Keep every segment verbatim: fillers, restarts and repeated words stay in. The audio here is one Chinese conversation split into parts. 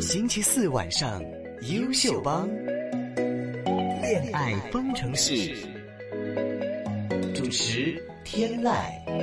星期四晚上，优秀帮恋爱方程式，主持天籁。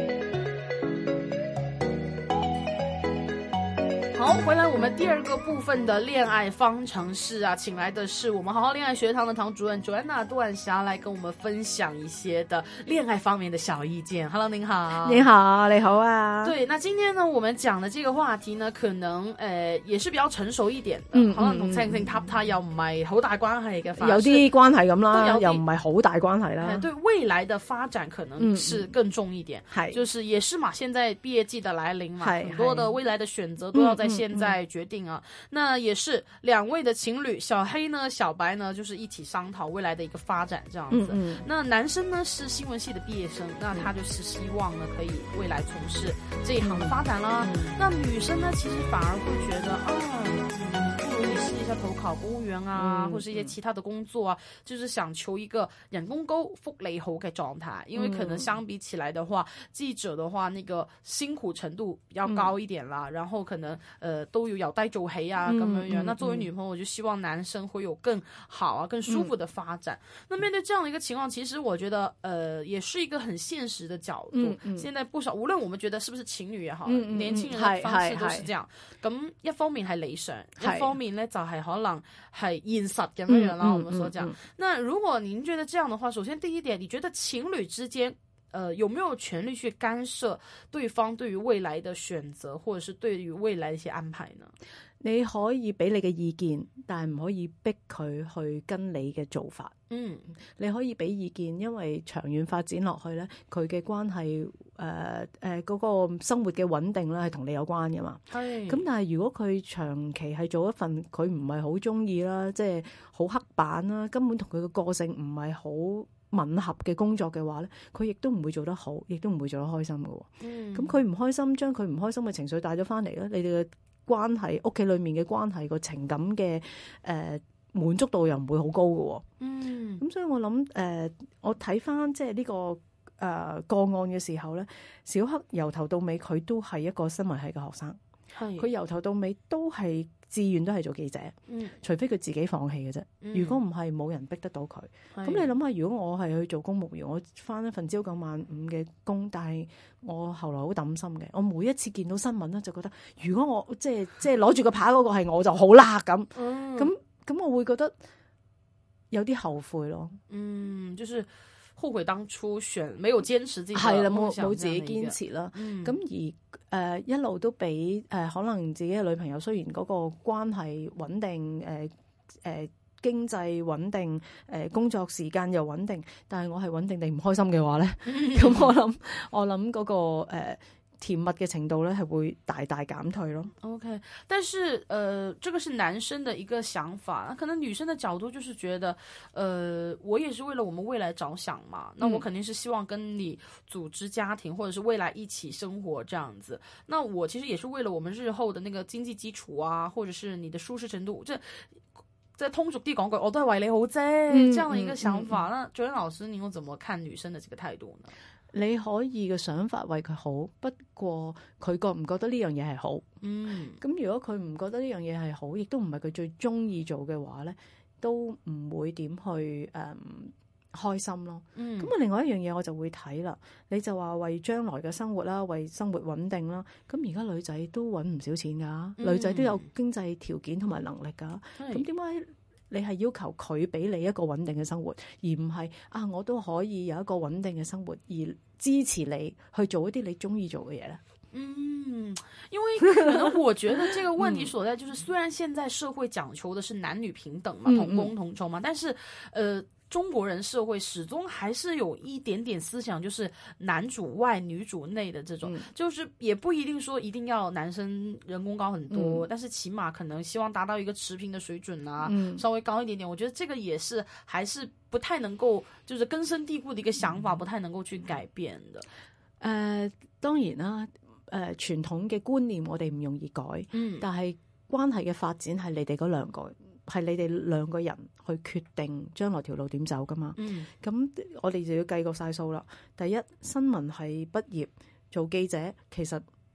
好，回来我们第二个部分的恋爱方程式啊，请来的是我们好好恋爱学堂的堂主任 Joanna 杜婉霞来跟我们分享一些的恋爱方面的小意见。Hello， 您好。 你好，你好啊。 对，那今天呢，我們講的這個話題呢，可能誒、呃、也是比較成熟一點的， 嗯、 可能同情情塔塔又唔係好大關係嘅， 有啲關係咁啦，又唔係好大關係啦、 呃。對未來的發展可能是更重一點，係、嗯，就是也是嘛，現在畢業季的來臨嘛，很多的未來的選擇都要在現在決定啊。嗯嗯嗯、那也是兩位的情侶，小黑呢、小白呢，就是一起商討未來的一個發展，這樣子。嗯嗯、那男生呢是新聞系的畢業生，那他就是希望呢可以未來從事這一行的發展啦、嗯。那女生呢，其實反而會覺得啊，嗯，不如你試一下投考公務員啊、嗯，或是一些其他的工作啊，就是想求一個人工高、福利好嘅狀態。因為可能相比起來的話，嗯、記者的話，那個辛苦程度比較高一點啦，嗯、然後可能呃都有由低做起啊咁樣樣。那作為女朋友，我就希望男生會有更好啊、更舒服的發展。嗯、那面對這樣的一個情況，其實我覺得呃也是一個很現實的角度。嗯嗯、現在不少，無論我們覺得是不是情侶也好，嗯、年輕人的方式都是這樣。咁一方面係理想，一方面呢就係可能係現實咁樣樣啦。我們所講、嗯嗯嗯，那如果您覺得這樣的話，首先第一點，你覺得情侶之間，呃，有沒有權利去干涉對方對於未來的選擇，或者是對於未來的一些安排呢？ 你可以俾你嘅意見，但係唔可以逼佢去跟你嘅做法。嗯，你可以俾意見，因為長遠發展落去咧，佢嘅關係誒誒嗰個生活嘅穩定咧係同你有關㗎嘛。係。咁但係如果佢長期係做一份佢唔係好中意啦，即係好刻板啦，根本同佢嘅個性唔係好吻合嘅工作嘅話咧，佢亦都唔會做得好，亦都唔會做得開心㗎。嗯。咁佢唔開心，將佢唔開心嘅情緒帶咗翻嚟咧，你哋嘅關係屋企裏面嘅關係個情感嘅誒、呃、滿足度又唔會好高嘅。嗯，咁所以我諗誒、呃，我睇翻即係呢個誒、呃、個案嘅時候咧，小黑由頭到尾佢都係一個新聞系嘅學生，係佢由頭到尾都係志願都係做記者，嗯，除非佢自己放棄嘅啫、嗯。如果唔係，冇人逼得到佢。咁你諗下，如果我係去做公務員，我翻一份朝九晚五嘅工，但係我後來好抌心嘅。我每一次見到新聞咧，就覺得如果我即係即係攞住個牌嗰個係我就好啦咁。咁、嗯、咁我會覺得有啲後悔咯。嗯， 就是後悔當初選沒有堅持自己係啦，冇冇自己堅持啦。咁、嗯、而誒、呃、一路都俾誒、呃、可能自己嘅女朋友，雖然嗰個關係穩定，誒、呃、誒、呃、經濟穩定，誒、呃、工作時間又穩定，但係我係穩定地唔開心嘅話咧，咁、嗯、我諗我諗嗰、那個誒。呃甜蜜嘅程度咧，係會大大減退咯。 OK，但是，呃，這個是男生的一個想法，可能女生的角度就是覺得，呃，我也是為了我們未來着想嘛，那我肯定是希望跟你組織家庭，或者是未來一起生活這樣子。那我其實也是為了我們日後的那個經濟基礎啊，或者是你的舒適程度，這即係通俗啲講句，我都係為你好啫、嗯，這樣的一個想法。嗯嗯、那卓然老師，你又怎麼看女生的這個態度呢？ 你可以嘅想法為佢好，不過佢覺唔覺得呢樣嘢係好？嗯，咁如果佢唔覺得呢樣嘢係好，亦都唔係佢最中意做嘅話咧，都唔會點去誒、嗯、開心咯。嗯，咁啊，另外一樣嘢我就會睇啦。你就話為將來嘅生活啦，為生活穩定啦。咁而家女仔都揾唔少錢㗎、嗯，女仔都有經濟條件同埋能力㗎。咁點解你係要求佢俾你一個穩定嘅生活，而唔係啊我都可以有一個穩定嘅生活，而支持你去做一啲你中意做嘅嘢咧？ 嗯，因為可能我覺得這個問題所在就是，雖然現在社會講求的是男女平等嘛，同工同酬嘛，但是，呃。中國人社會始終還是有一點點思想，就是男主外女主內的這種、嗯，就是也不一定說一定要男生人工高很多，嗯、但是起碼可能希望達到一個持平的水準啊、嗯，稍微高一點點。我覺得這個也是還是不太能夠，就是根深蒂固的一個想法，不太能夠去改變的。誒、 呃，當然啦，誒、呃，傳統嘅觀念我哋唔容易改，嗯，但係關係嘅發展係你哋嗰兩個。係你哋兩個人去決定將來條路點走噶嘛？咁、嗯、我哋就要計過晒數啦。第一，新聞系畢業做記者，其實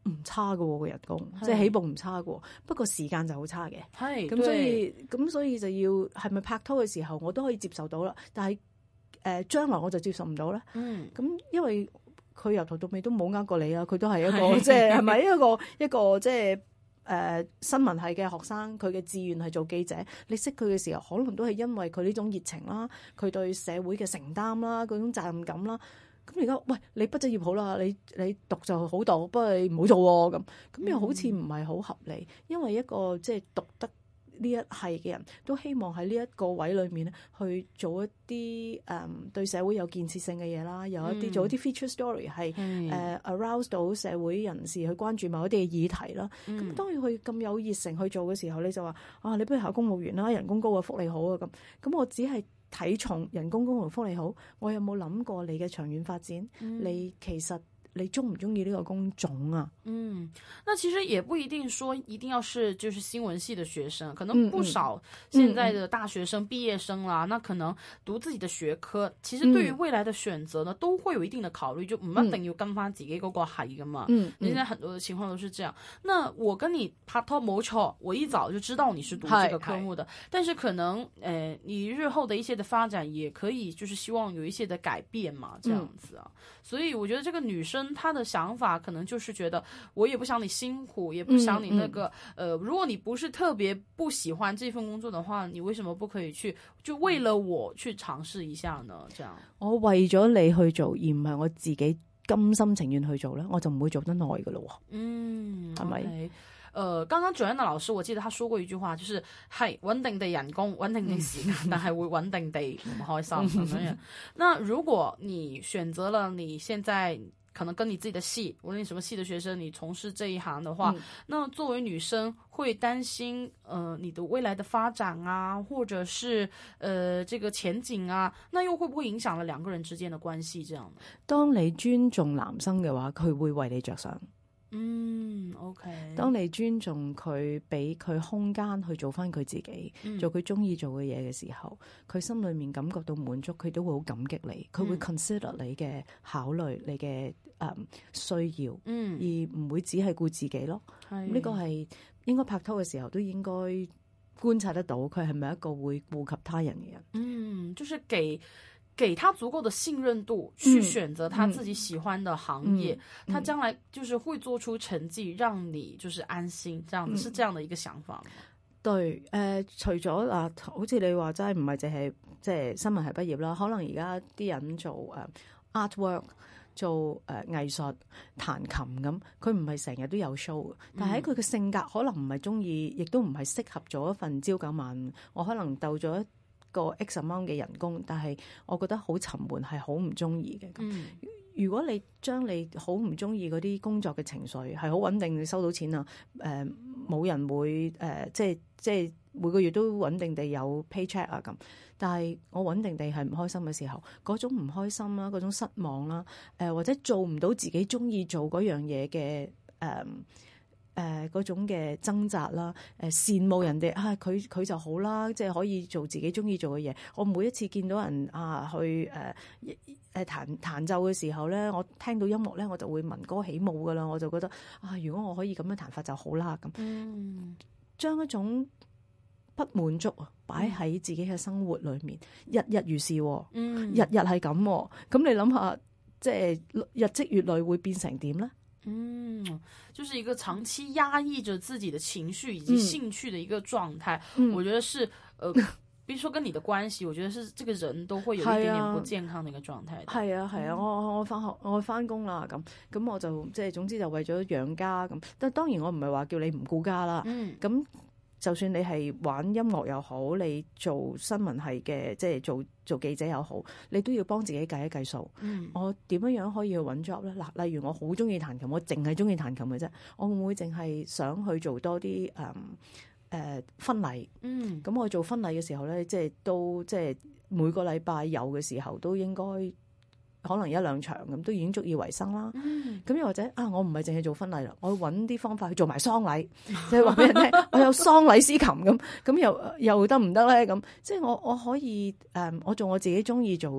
唔差㗎喎個人工，即係起步唔差㗎喎，不過時間就好差嘅。 係咁所以咁所以就要係咪拍拖嘅時候我都可以接受到啦，但係誒將來我就接受唔到咧。嗯，咁因為佢由頭到尾都冇呃過你啊，佢都係一個即係係咪一個一個即係誒新聞系嘅學生，佢嘅志願係做記者。你識佢嘅時候，可能都係因為佢呢種熱情啦，佢對社會嘅承擔啦，嗰種責任感啦。咁而家喂，你畢咗業好啦，你你讀就好讀，不過你唔好做喎咁，咁又好似唔係好合理，因為一個即係讀得呢一係嘅人都希望喺呢一個位裏面咧去做一啲誒、嗯、對社會有建設性嘅嘢啦，有一啲、嗯、做一啲 feature story 係誒、嗯呃、arouse 到社會人士去關注某一啲嘅議題啦。咁、嗯、當然佢咁有熱誠去做嘅時候，你就話啊，你不如考公務員啦，人工高啊，福利好啊咁。咁我只係睇重人工高同福利好，我有冇諗過你嘅長遠發展？嗯、你其實你中唔中意呢個工種啊？ 嗯，那其實也不一定說一定要是就是新聞系的學生，可能不少現在的大學生、嗯、畢業生啦，那可能讀自己的學科，其實對於未來的選擇呢，嗯、都會有一定的考慮，就唔一定要跟翻自己嗰個系噶嘛。嗯，現在很多的情況都是這樣。那我跟你拍拖冇錯，我一早就知道你是讀這個科目的，但是可能誒、呃，你日後的一些的發展也可以，就是希望有一些的改變嘛，這樣子啊。嗯、所以我覺得這個女生她的想法可能就是覺得，我也不想你辛苦，也不想你那個，嗯嗯、呃，如果你不是特別不喜歡這份工作的話，你為什麼不可以去，就為了我去嘗試一下呢？這樣， 我為咗你去做，而唔係我自己甘心情願去做咧，我就唔會做得耐噶咯。嗯，係咪？Okay. 呃，剛剛 Joanna 老師，我記得他說過一句話，就是係穩定地人工，穩定地時間，嗯、但係會穩定地唔開心咁樣。那如果你選擇了你現在可能跟你自己的系，無論你什麼系的學生，你從事這一行的話，嗯、那作為女生會擔心，呃，你的未來的發展啊，或者是，呃，這個前景啊，那又會不會影響了兩個人之間的關係？這樣，當你尊重男生嘅話，佢會為你着想。 嗯 ，OK。 當你尊重佢，俾佢空間去做翻佢自己，嗯、做佢中意做嘅嘢嘅時候，佢心裏面感覺到滿足，佢都會好感激你，佢會 consider 你嘅考慮，你嘅誒、嗯、需要，嗯、而唔會只係顧自己咯。呢是個係應該拍拖嘅時候都應該觀察得到，佢係咪一個會顧及他人嘅人？ 嗯，就是給。給他足夠的信任度去選擇他自己喜歡的行業，嗯嗯、他將來就是會做出成績，讓你就是安心，這樣子、嗯、是這樣的一個想法嗎？ 對，誒、呃，除咗啊，好似你話齋唔係淨係即係新聞系畢業啦，可能而家啲人做誒、uh, artwork，做誒、呃、藝術彈琴咁，佢唔係成日都有 show，但係喺佢嘅性格可能唔係中意，亦都唔係適合做一份朝九晚五，我可能鬥咗一個 X amount 嘅人工，但係我覺得好沉悶，係好唔中意嘅。嗯、如果你將你好唔中意嗰啲工作嘅情緒係好穩定，你收到錢啊，誒、呃、冇人會誒、呃、即係即係每個月都穩定地有 paycheck 啊咁，但係我穩定地係唔開心嘅時候，嗰種唔開心啦，嗰種失望啦，誒、呃、或者做唔到自己中意做嗰樣嘢嘅誒。呃誒嗰、呃、種嘅掙扎啦，誒、呃、羨慕人哋啊，佢佢就好啦，即係可以做自己中意做嘅嘢。我每一次見到人啊去誒誒、呃、彈彈奏嘅時候咧，我聽到音樂咧，我就會聞歌起舞噶啦，我就覺得啊，如果我可以咁樣彈法就好啦咁。嗯，將一種不滿足啊擺喺自己嘅生活裏面，日日如是，嗯，日日係咁，咁你諗下，即係日積月累會變成點咧？ 嗯，就是一個長期壓抑着自己的情緒以及興趣的一個狀態，嗯、我覺得是，呃，比如說跟你的關係，我覺得是這個人都會有一點點不健康的一個狀態。 係啊係啊，啊，我我翻學我翻工啦，咁咁我就即係總之就為咗養家咁，但當然我唔係話叫你唔顧家啦，咁、嗯。就算你係玩音樂又好，你做新聞系嘅，即係做做記者又好，你都要幫自己計一計數。嗯、我點樣樣可以去揾 job 咧？嗱，例如我好中意彈琴，我淨係中意彈琴嘅啫。我會唔會淨係想去做多啲誒誒婚禮？嗯，咁我做婚禮嘅時候咧，即係都即係每個禮拜有嘅時候都應該。可能一兩場咁都已經足以維生啦。咁又、嗯、或者啊，我唔係淨係做婚禮啦，我揾啲方法去做埋喪禮，即係話俾人聽，我有喪禮司琴咁，咁又又得唔得咧？咁即係我我可以誒、嗯，我做我自己中意做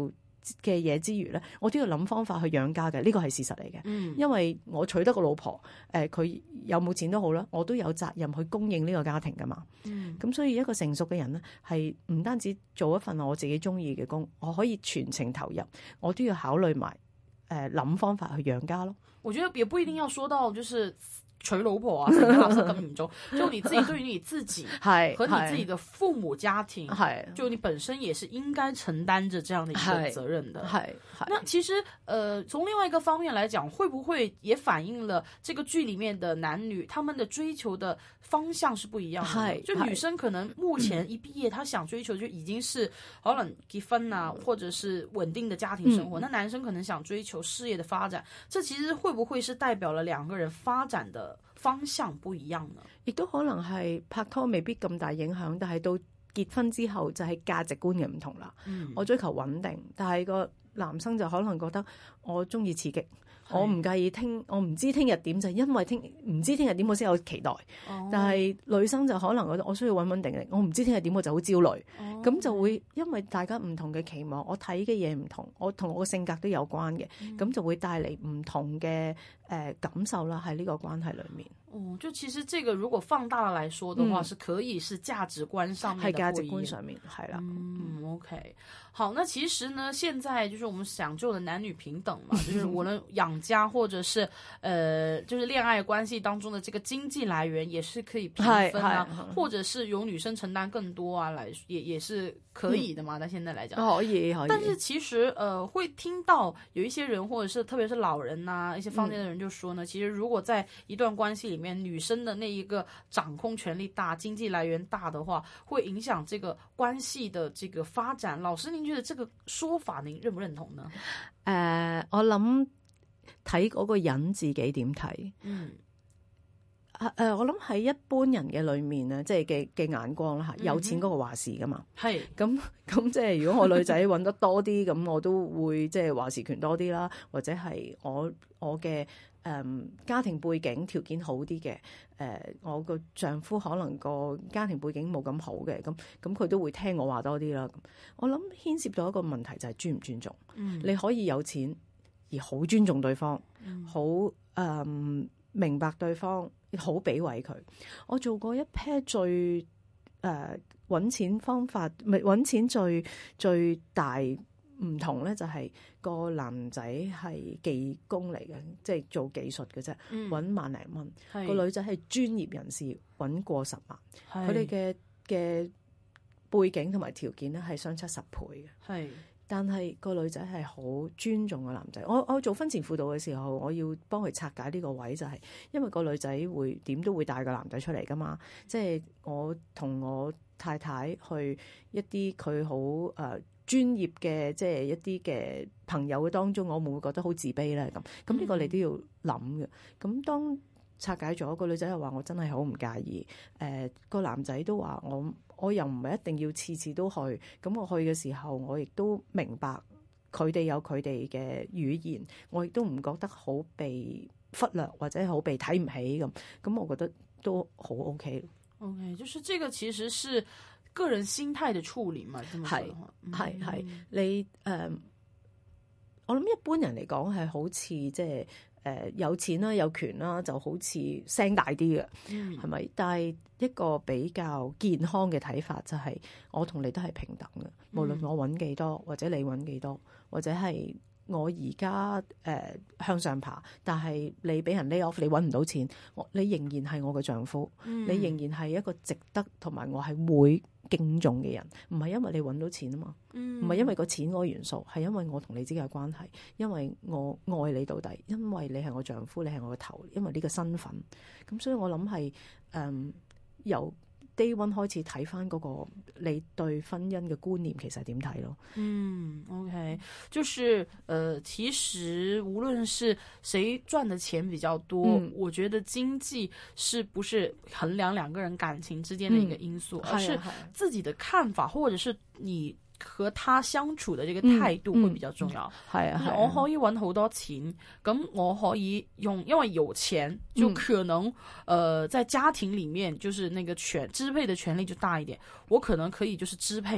嘅嘢之餘咧，我都要諗方法去養家嘅，呢個係事實嚟嘅。嗯，因為我娶得個老婆，誒佢有冇錢都好啦，我都有責任去供應呢個家庭噶嘛。嗯，咁所以一個成熟嘅人咧，係唔單止做一份我自己中意嘅工，我可以全程投入，我都要考慮埋誒諗方法去養家咯。 我覺得也不一定要說到就是娶老婆啊，成個老師咁嚴重，就你自己對於你自己和你自己的父母家庭，就你本身也是應該承擔着這樣的一個責任的。那其實，呃，從另外一個方面來講，會不會也反映了這個劇裡面的男女他們的追求的方向是不一樣的？就女生可能目前一畢業，她想追求就已經是可能結婚啊，或者是穩定的家庭生活。那男生可能想追求事業的發展，這其實會不會是代表了兩個人發展的方向不一樣呢？ 亦都可能係拍拖未必咁大影響，但係到結婚之後就係價值觀嘅唔同啦。嗯，我追求穩定，但係個男生就可能覺得我中意刺激，我唔介意聽，我唔知聽日點，就係因為聽唔知聽日點我先有期待。哦，但係女生就可能覺得我需要穩穩定定，我唔知聽日點我就好焦慮。咁，哦，就會因為大家唔同嘅期望，我睇嘅嘢唔同，我同我嘅性格都有關嘅，咁，嗯，就會帶嚟唔同嘅誒、呃、感受啦，喺呢個關係裏面。 哦，就其實這個如果放大了來說的話，嗯，是可以是價值觀上面的不一樣，係價值觀上面係啦。嗯 ，OK， 好，那其實呢，現在就是我們講究的男女平等嘛，就是無論養家或者是，呃，就是戀愛關係當中的這個經濟來源也是可以平分啊，或者是由女生承擔更多啊，來也也是可以的嘛。但，嗯，現在來講，可以可以。但是其實，呃，會聽到有一些人，或者是特別是老人啊，一些坊間的人就說呢，嗯，其實如果在一段關係裡面，女生的那一個掌控權力大，經濟來源大的話，會影響這個關係的這個發展。老師，您覺得這個說法您認不認同呢？ 誒、呃，我諗睇嗰個人自己點睇。嗯。誒、呃，我諗喺一般人嘅裏面咧，即係嘅嘅眼光啦嚇，有錢嗰個話事噶嘛。係、嗯。咁咁即係如果我女仔揾得多啲，咁我都會即係話事權多啲啦，或者係我我嘅誒、嗯、家庭背景條件好啲嘅，誒、呃、我個丈夫可能個家庭背景冇咁好嘅，咁咁佢都會聽我話多啲啦。咁我諗牽涉到一個問題就係尊唔尊重。嗯。你可以有錢而好尊重對方，好誒、嗯、明白對方。好俾位佢，我做過一 pair 最誒揾、呃、錢方法，唔係揾錢最最大唔同咧，就係、是、個男仔係技工嚟嘅，即係做技術嘅啫，揾、嗯、萬零蚊。個女仔係專業人士，揾過十萬。佢哋嘅嘅背景同埋條件咧係相差十倍嘅。係。但係個女仔係好尊重個男仔。我我做婚前輔導嘅時候，我要幫佢拆解呢個位，就係因為個女仔會點都會帶個男仔出嚟噶嘛。即係我同我太太去一啲佢好誒專業嘅，即係一啲嘅朋友嘅當中，我會唔會覺得好自卑咧？咁咁呢個你都要諗嘅。咁當拆解咗，個女仔又話我真係好唔介意。誒個男仔都話我。我又唔係一定要次次都去，咁我去嘅時候，我亦都明白佢哋有佢哋嘅語言，我亦都唔覺得好被忽略或者好被睇唔起咁，咁我覺得都好 OK。 OK， 就是這個其實是個人心態的處理嘛， 係係係你誒、呃，我諗一般人嚟講係好似即係。誒、呃、有錢啦，有權啦，就好似聲大啲嘅，係、嗯、咪？但係一個比較健康嘅睇法就係、是，我同你都係平等嘅，無論我揾幾多，或者你揾幾多，或者係我而家誒向上爬，但係你俾人 lay off，你揾唔到錢，我你仍然係我嘅丈夫，嗯、你仍然係一個值得同埋我係會敬重嘅人，唔係因為你揾到錢啊嘛，唔、嗯、係因為個錢嗰個元素，係因為我同你之間嘅關係，因為我愛你到底，因為你係我丈夫，你係我嘅頭，因為呢個身份，咁所以我諗係誒由 day one 開始睇翻嗰個你對婚姻嘅觀念其實係點睇咯。 嗯 OK， 就是誒、呃、其實無論是誰賺的錢比較多、嗯、我覺得經濟是不是衡量兩個人感情之間的一個因素、嗯、而是自己的看法、啊啊、或者是你和他相處的這個態度會比較重要。係、嗯嗯、啊，係我可以揾好多錢，咁我可以用，因為有錢就可能，嗯、呃，在家庭裏面就是那個權支配的權力就大一點，我可能可以就是支配你。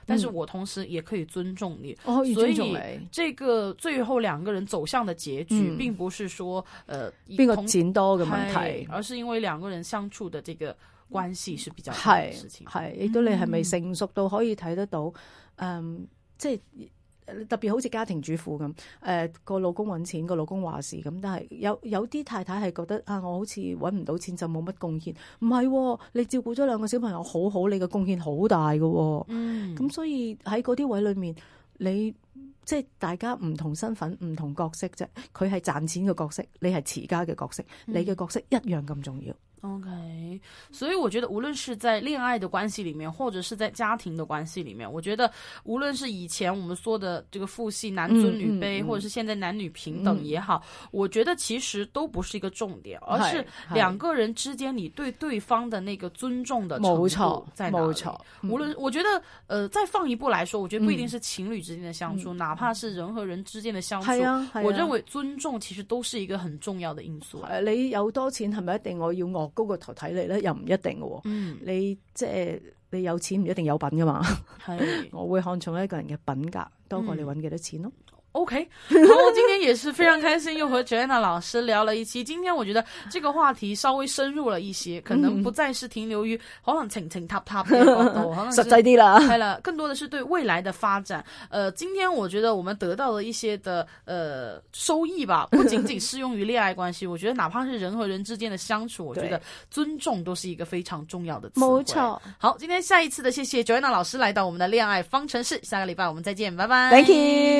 但是我同時也可以尊重你。 哦， 所以這個最後兩個人走向的結局，嗯、並不是說呃邊個錢多嘅問題， 而是因為兩個人相處的這個關係是比較好的事情。 係，亦都你係咪成熟到可以睇得到？嗯，即係。特別好似家庭主婦咁，誒、呃、個老公揾錢，個老公話事咁，但係有有啲太太係覺得啊，我好似揾唔到錢就冇乜貢獻，唔係、哦，你照顧咗兩個小朋友好好，你嘅貢獻好大嘅、哦，嗯，咁所以喺嗰啲位裏面，你即係大家唔同身份、唔同角色啫，佢係賺錢嘅角色，你係持家嘅角色，嗯、你嘅角色一樣咁重要。 OK， 所以我覺得無論是在戀愛的關係裡面，或者是在家庭的關係裡面，我覺得無論是以前我們說的這個父系男尊女卑，嗯嗯嗯、或者是現在男女平等也好、嗯，我覺得其實都不是一個重點，而是兩個人之間你對對方的那個尊重的程度在哪裡。冇錯，冇錯。無論我覺得，呃，再放一步來說，我覺得不一定是情侶之間的相處，嗯、哪怕是人和人之間的相處、嗯啊啊，我認為尊重其實都是一個很重要的因素。 誒、啊，你有多錢係咪一定我要惡高個頭睇你咧？又唔一定嘅。嗯，你即係你有錢唔一定有品噶嘛。係，我會看重一個人嘅品格多過你揾幾多錢咯。嗯 OK， 然後今天也是非常開心，又和 Joanna 老師聊了一期。今天我覺得這個話題稍微深入了一些，可能不再是停留於可能情情塔塔嘅角度，可能實際啲啦， 係啦，更多的是對未來的發展。呃，今天我覺得我們得到了一些的呃收益吧，不僅僅適用於戀愛關係，我覺得哪怕是人和人之間的相處，我覺得尊重都是一個非常重要的詞彙。冇錯。好，今天下一次的謝謝 Joanna 老師來到我們的戀愛方程式，下個禮拜我們再見，拜拜。Thank you。